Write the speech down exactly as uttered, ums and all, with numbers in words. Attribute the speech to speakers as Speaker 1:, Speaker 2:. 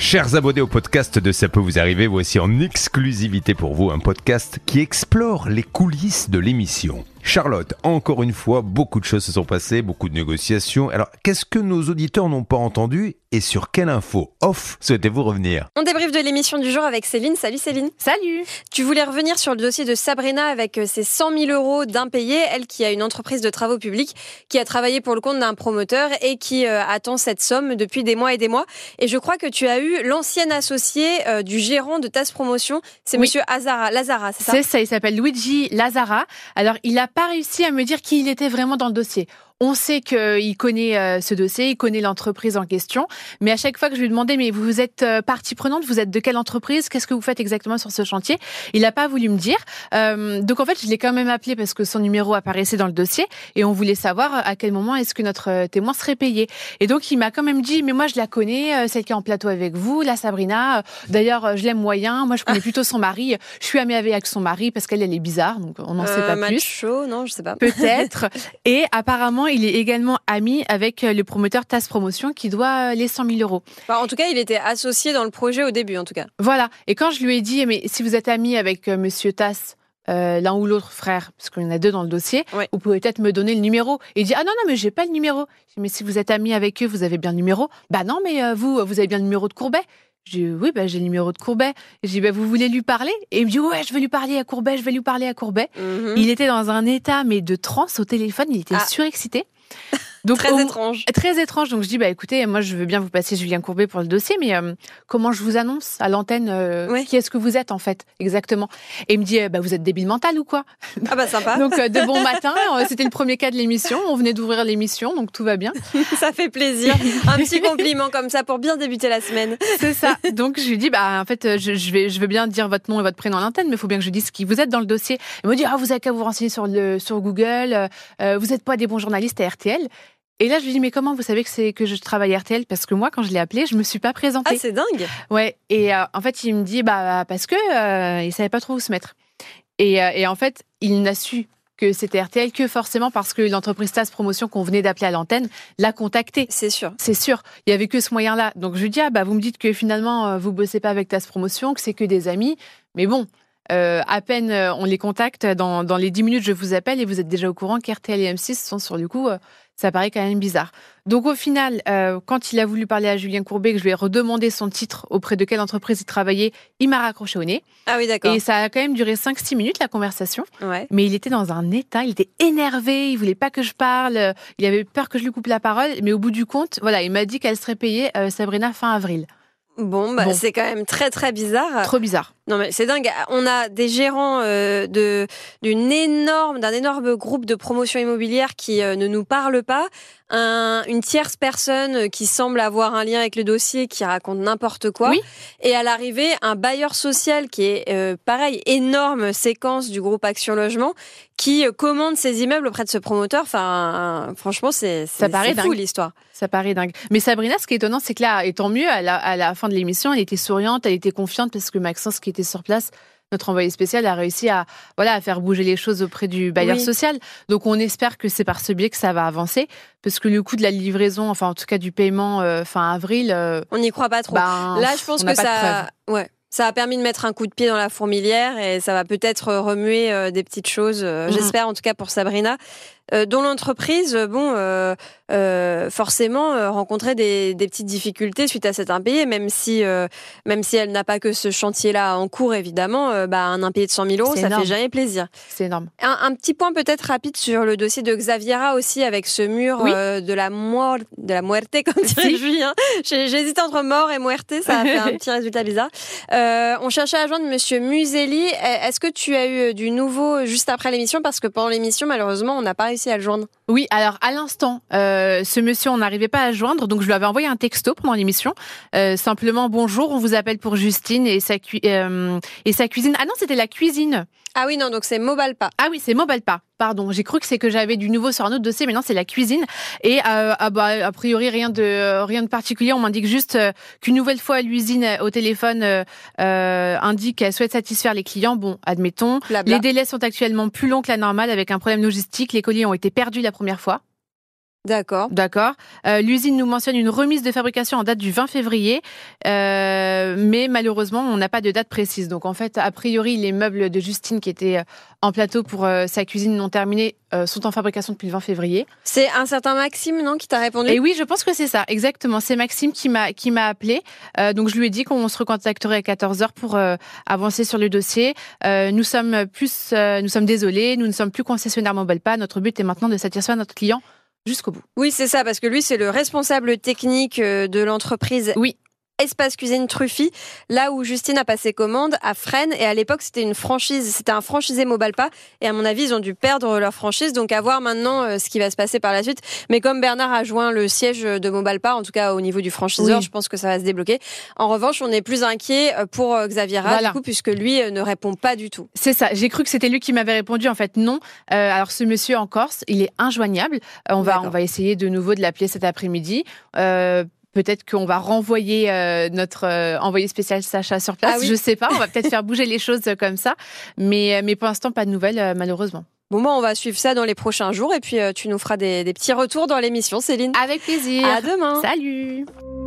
Speaker 1: Chers abonnés au podcast de Ça peut vous arriver, voici en exclusivité pour vous un podcast qui explore les coulisses de l'émission. Charlotte, encore une fois, beaucoup de choses se sont passées, beaucoup de négociations. Alors, qu'est-ce que nos auditeurs n'ont pas entendu et sur quelle info off souhaitez-vous revenir ?
Speaker 2: On débriefe de l'émission du jour avec Céline. Salut Céline.
Speaker 3: Salut.
Speaker 2: Tu voulais revenir sur le dossier de Sabrina avec ses cent mille euros d'impayés. Elle qui a une entreprise de travaux publics, qui a travaillé pour le compte d'un promoteur et qui euh, attend cette somme depuis des mois et des mois. Et je crois que tu as eu l'ancien associé euh, du gérant de Tasse Promotion. C'est oui. Monsieur Azara, Lazara, c'est ça ?
Speaker 3: C'est ça, il s'appelle Luigi Lazara. Alors, il n'a pas réussi à me dire qui il était vraiment dans le dossier. On sait qu'il connaît euh, ce dossier, il connaît l'entreprise en question, mais à chaque fois que je lui demandais, mais vous êtes euh, partie prenante, vous êtes de quelle entreprise, qu'est-ce que vous faites exactement sur ce chantier ? Il n'a pas voulu me dire. Euh, donc en fait, je l'ai quand même appelé parce que son numéro apparaissait dans le dossier et on voulait savoir à quel moment est-ce que notre témoin serait payé. Et donc il m'a quand même dit, mais moi je la connais, euh, celle qui est en plateau avec vous, la Sabrina. D'ailleurs, je l'aime moyen. Moi, je connais plutôt son mari. Je suis amie avec son mari parce qu'elle, elle est bizarre, donc on n'en euh, sait pas plus.
Speaker 2: Macho, non, je sais pas.
Speaker 3: Peut-être. Et apparemment, il est également ami avec le promoteur Tasse Promotion qui doit les cent mille euros.
Speaker 2: Enfin, en tout cas, il était associé dans le projet au début, en tout cas.
Speaker 3: Voilà. Et quand je lui ai dit, mais si vous êtes ami avec euh, Monsieur Tasse, euh, l'un ou l'autre frère, parce qu'il y en a deux dans le dossier, ouais. Vous pouvez peut-être me donner le numéro. Et il dit, ah non, non, mais j'ai pas le numéro. Je dis, mais si vous êtes ami avec eux, vous avez bien le numéro. Bah non, mais euh, vous, vous avez bien le numéro de Courbet. Je dis, oui, bah, j'ai le numéro de Courbet. Et je dis, bah, vous voulez lui parler ? Et il me dit, ouais, je vais lui parler à Courbet, je vais lui parler à Courbet. Mm-hmm. Il était dans un état, mais de transe au téléphone, il était ah. surexcité.
Speaker 2: Donc, très au... étrange.
Speaker 3: Très étrange. Donc, je dis, bah, écoutez, moi, je veux bien vous passer Julien Courbet pour le dossier, mais euh, comment je vous annonce à l'antenne euh, oui. Qui est-ce que vous êtes, en fait, exactement ? Et il me dit, bah, vous êtes débile mental ou quoi ?
Speaker 2: Ah, bah, sympa.
Speaker 3: Donc, euh, de bon matin, c'était le premier cas de l'émission. On venait d'ouvrir l'émission, donc tout va bien.
Speaker 2: Ça fait plaisir. Un petit compliment comme ça pour bien débuter la semaine.
Speaker 3: C'est ça. Donc, je lui dis, bah, en fait, je, je, vais, je veux bien dire votre nom et votre prénom à l'antenne, mais il faut bien que je dise qui vous êtes dans le dossier. Il me dit, ah, vous avez qu'à vous renseigner sur, le, sur Google. Euh, vous n'êtes pas des bons journalistes à R T L. Et là, je lui dis, mais comment vous savez que c'est que je travaille à R T L ? Parce que moi, quand je l'ai appelé, je me suis pas présentée.
Speaker 2: Ah, c'est dingue.
Speaker 3: Ouais. Et euh, en fait, il me dit, bah, parce que euh, il savait pas trop où se mettre. Et, euh, et en fait, il n'a su que c'était R T L que forcément parce que l'entreprise Tasse Promotion qu'on venait d'appeler à l'antenne l'a contacté.
Speaker 2: C'est sûr.
Speaker 3: C'est sûr. Il y avait que ce moyen-là. Donc, je lui dis, ah, bah, vous me dites que finalement, vous bossez pas avec Tasse Promotion, que c'est que des amis. Mais bon. Euh, à peine euh, on les contacte, dans, dans les dix minutes, je vous appelle et vous êtes déjà au courant qu'R T L et M six sont sur le coup. Euh, ça paraît quand même bizarre. Donc au final, euh, quand il a voulu parler à Julien Courbet, que je lui ai redemandé son titre, auprès de quelle entreprise il travaillait, il m'a raccroché au nez.
Speaker 2: Ah oui, d'accord.
Speaker 3: Et ça a quand même duré cinq six minutes, la conversation.
Speaker 2: Ouais.
Speaker 3: Mais il était dans un état, il était énervé, il voulait pas que je parle, il avait peur que je lui coupe la parole. Mais au bout du compte, voilà, il m'a dit qu'elle serait payée, euh, Sabrina, fin avril.
Speaker 2: Bon, bah, bon, c'est quand même très, très bizarre.
Speaker 3: Trop bizarre.
Speaker 2: Non, mais c'est dingue. On a des gérants euh, de, d'une énorme, d'un énorme groupe de promotion immobilière qui euh, ne nous parlent pas. Un, une tierce personne qui semble avoir un lien avec le dossier qui raconte n'importe quoi.
Speaker 3: Oui.
Speaker 2: Et à l'arrivée, un bailleur social qui est, euh, pareil, énorme séquence du groupe Action Logement qui euh, commande ses immeubles auprès de ce promoteur. Enfin, euh, franchement, c'est, c'est,
Speaker 3: Ça paraît
Speaker 2: c'est fou
Speaker 3: dingue.
Speaker 2: l'histoire.
Speaker 3: Ça paraît dingue. Mais Sabrina, ce qui est étonnant, c'est que là, et tant mieux, à la, à la fin de l'émission, elle était souriante, elle était confiante parce que Maxence, qui était sur place, notre envoyé spécial, a réussi à, voilà, à faire bouger les choses auprès du bailleur oui. social. Donc, on espère que c'est par ce biais que ça va avancer parce que le coût de la livraison, enfin, en tout cas, du paiement euh, fin avril. Euh,
Speaker 2: on n'y croit pas trop.
Speaker 3: Ben,
Speaker 2: là, je pense que ça. Ouais. Ça a permis de mettre un coup de pied dans la fourmilière et ça va peut-être remuer euh, des petites choses, euh, mmh. j'espère en tout cas pour Sabrina, euh, dont l'entreprise, bon, euh, euh, forcément euh, rencontrait des, des petites difficultés suite à cet impayé, même si, euh, même si elle n'a pas que ce chantier-là en cours, évidemment, euh, bah, un impayé de cent mille euros, c'est ça énorme. Fait jamais plaisir.
Speaker 3: C'est énorme.
Speaker 2: Un, un petit point peut-être rapide sur le dossier de Xaviera aussi, avec ce mur oui. euh, de la mort, de la muerte, comme dirait si. Julien. J'ai, j'hésite entre mort et muerte, ça a fait un petit résultat bizarre. Euh, on cherchait à joindre Monsieur Muselli. Est-ce que tu as eu du nouveau juste après l'émission ? Parce que pendant l'émission, malheureusement, on n'a pas réussi à le joindre.
Speaker 3: Oui, alors à l'instant, euh, ce monsieur, on n'arrivait pas à le joindre, donc je lui avais envoyé un texto pendant l'émission. Euh, simplement, bonjour, on vous appelle pour Justine et sa, cu- euh, et sa cuisine. Ah non, c'était la cuisine.
Speaker 2: Ah oui, non, donc c'est Mobalpa.
Speaker 3: Ah oui, c'est Mobalpa. Pardon, j'ai cru que c'est que j'avais du nouveau sur un autre dossier, mais non, c'est la cuisine. Et euh, ah bah, a priori, rien de euh, rien de particulier. On m'indique juste euh, qu'une nouvelle fois, l'usine euh, au téléphone euh, euh, indique qu'elle souhaite satisfaire les clients. Bon, admettons. Blabla. Les délais sont actuellement plus longs que la normale avec un problème logistique. Les colis ont été perdus la première fois.
Speaker 2: D'accord.
Speaker 3: D'accord. Euh, l'usine nous mentionne une remise de fabrication en date du vingt février, euh, mais malheureusement, on n'a pas de date précise. Donc en fait, a priori, les meubles de Justine qui étaient en plateau pour euh, sa cuisine non terminée euh, sont en fabrication depuis le vingt février.
Speaker 2: C'est un certain Maxime, non, qui t'a répondu ?
Speaker 3: Et oui, je pense que c'est ça, exactement. C'est Maxime qui m'a qui m'a appelé. Euh, donc je lui ai dit qu'on se recontacterait à quatorze heures pour euh, avancer sur le dossier. Euh, nous sommes plus, euh, nous sommes désolés, nous ne sommes plus concessionnaires Mobalpa. Notre but est maintenant de satisfaire notre client jusqu'au bout.
Speaker 2: Oui, c'est ça, parce que lui, c'est le responsable technique de l'entreprise.
Speaker 3: Oui.
Speaker 2: Espace Cuisine Truffy, là où Justine a passé commande à Fresnes, et à l'époque c'était une franchise, c'était un franchisé Mobalpa, et à mon avis ils ont dû perdre leur franchise, donc à voir maintenant euh, ce qui va se passer par la suite. Mais comme Bernard a joint le siège de Mobalpa, en tout cas au niveau du franchiseur, oui. Je pense que ça va se débloquer. En revanche, on est plus inquiet pour Xavier Rat, voilà. Du coup, puisque lui euh, ne répond pas du tout.
Speaker 3: C'est ça, j'ai cru que c'était lui qui m'avait répondu, en fait non. Euh, alors ce monsieur en Corse, il est injoignable, euh, on, va, on va essayer de nouveau de l'appeler cet après-midi. Euh, Peut-être qu'on va renvoyer euh, notre euh, envoyé spécial Sacha sur place. Ah oui. Je sais pas. On va peut-être faire bouger les choses comme ça. Mais, mais pour l'instant, pas de nouvelles, euh, malheureusement.
Speaker 2: Bon, moi, on va suivre ça dans les prochains jours. Et puis, euh, tu nous feras des, des petits retours dans l'émission, Céline.
Speaker 3: Avec plaisir.
Speaker 2: À demain.
Speaker 3: Salut.